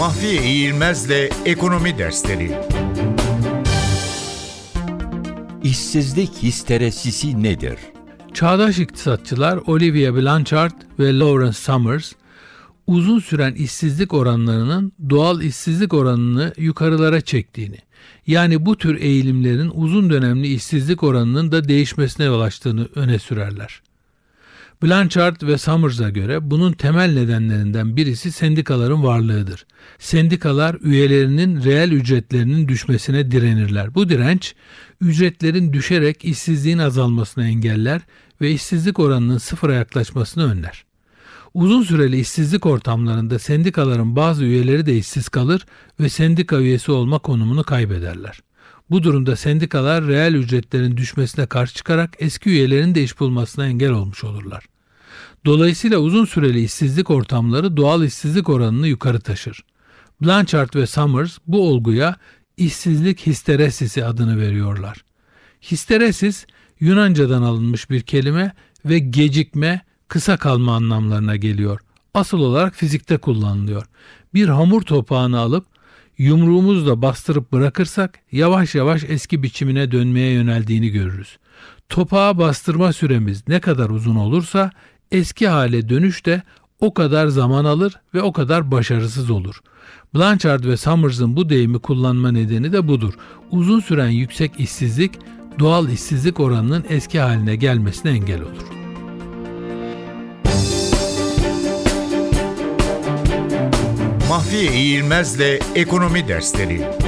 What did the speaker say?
Mahfiye İğilmez'le Ekonomi Dersleri. İşsizlik histeresisi nedir? Çağdaş iktisatçılar Olivia Blanchard ve Lawrence Summers, uzun süren işsizlik oranlarının doğal işsizlik oranını yukarılara çektiğini, yani bu tür eğilimlerin uzun dönemli işsizlik oranının da değişmesine yol açtığını öne sürerler. Blanchard ve Summers'a göre bunun temel nedenlerinden birisi sendikaların varlığıdır. Sendikalar üyelerinin reel ücretlerinin düşmesine direnirler. Bu direnç, ücretlerin düşerek işsizliğin azalmasını engeller ve işsizlik oranının sıfıra yaklaşmasını önler. Uzun süreli işsizlik ortamlarında sendikaların bazı üyeleri de işsiz kalır ve sendika üyesi olma konumunu kaybederler. Bu durumda sendikalar reel ücretlerin düşmesine karşı çıkarak eski üyelerin de iş bulmasına engel olmuş olurlar. Dolayısıyla uzun süreli işsizlik ortamları doğal işsizlik oranını yukarı taşır. Blanchard ve Summers bu olguya işsizlik histeresisi adını veriyorlar. Histeresis, Yunanca'dan alınmış bir kelime ve gecikme, kısa kalma anlamlarına geliyor. Asıl olarak fizikte kullanılıyor. Bir hamur topağını alıp yumruğumuzla bastırıp bırakırsak yavaş yavaş eski biçimine dönmeye yöneldiğini görürüz. Topağa bastırma süremiz ne kadar uzun olursa eski hale dönüş de o kadar zaman alır ve o kadar başarısız olur. Blanchard ve Summers'ın bu deyimi kullanma nedeni de budur. Uzun süren yüksek işsizlik doğal işsizlik oranının eski haline gelmesine engel olur. Mahfiye İğilmez'le Ekonomi Dersleri.